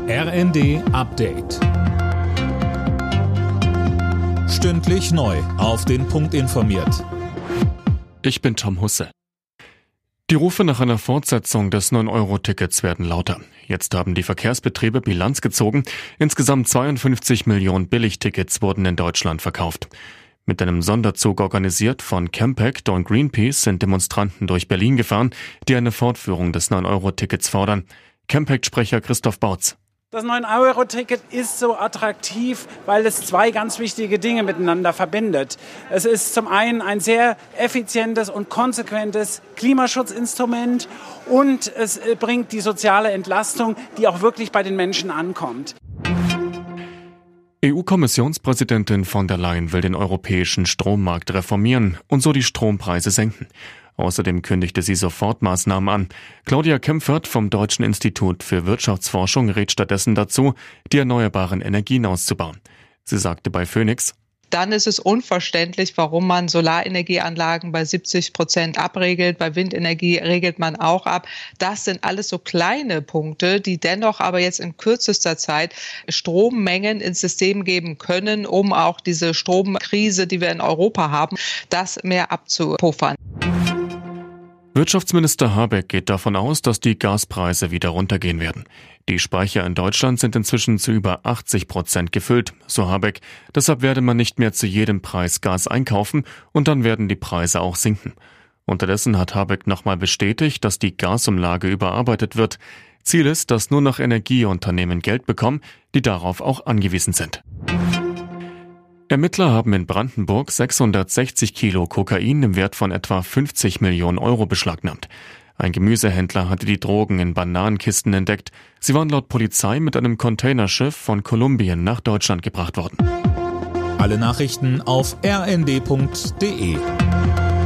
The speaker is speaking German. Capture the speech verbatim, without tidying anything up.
R N D Update. Stündlich neu auf den Punkt informiert. Ich bin Tom Husse. Die Rufe nach einer Fortsetzung des neun Euro Tickets werden lauter. Jetzt haben die Verkehrsbetriebe Bilanz gezogen. Insgesamt zweiundfünfzig Millionen Billigtickets wurden in Deutschland verkauft. Mit einem Sonderzug organisiert von Campact und Greenpeace sind Demonstranten durch Berlin gefahren, die eine Fortführung des neun Euro Tickets fordern. Campact-Sprecher Christoph Bautz. Das neun Euro Ticket ist so attraktiv, weil es zwei ganz wichtige Dinge miteinander verbindet. Es ist zum einen ein sehr effizientes und konsequentes Klimaschutzinstrument und es bringt die soziale Entlastung, die auch wirklich bei den Menschen ankommt. E U-Kommissionspräsidentin von der Leyen will den europäischen Strommarkt reformieren und so die Strompreise senken. Außerdem kündigte sie Sofortmaßnahmen an. Claudia Kempfert vom Deutschen Institut für Wirtschaftsforschung rät stattdessen dazu, die erneuerbaren Energien auszubauen. Sie sagte bei Phoenix: Dann ist es unverständlich, warum man Solarenergieanlagen bei siebzig Prozent abregelt. Bei Windenergie regelt man auch ab. Das sind alles so kleine Punkte, die dennoch aber jetzt in kürzester Zeit Strommengen ins System geben können, um auch diese Stromkrise, die wir in Europa haben, das mehr abzupuffern. Wirtschaftsminister Habeck geht davon aus, dass die Gaspreise wieder runtergehen werden. Die Speicher in Deutschland sind inzwischen zu über achtzig Prozent gefüllt, so Habeck. Deshalb werde man nicht mehr zu jedem Preis Gas einkaufen und dann werden die Preise auch sinken. Unterdessen hat Habeck nochmal bestätigt, dass die Gasumlage überarbeitet wird. Ziel ist, dass nur noch Energieunternehmen Geld bekommen, die darauf auch angewiesen sind. Ermittler haben in Brandenburg sechshundertsechzig Kilo Kokain im Wert von etwa fünfzig Millionen Euro beschlagnahmt. Ein Gemüsehändler hatte die Drogen in Bananenkisten entdeckt. Sie waren laut Polizei mit einem Containerschiff von Kolumbien nach Deutschland gebracht worden. Alle Nachrichten auf r n d punkt d e.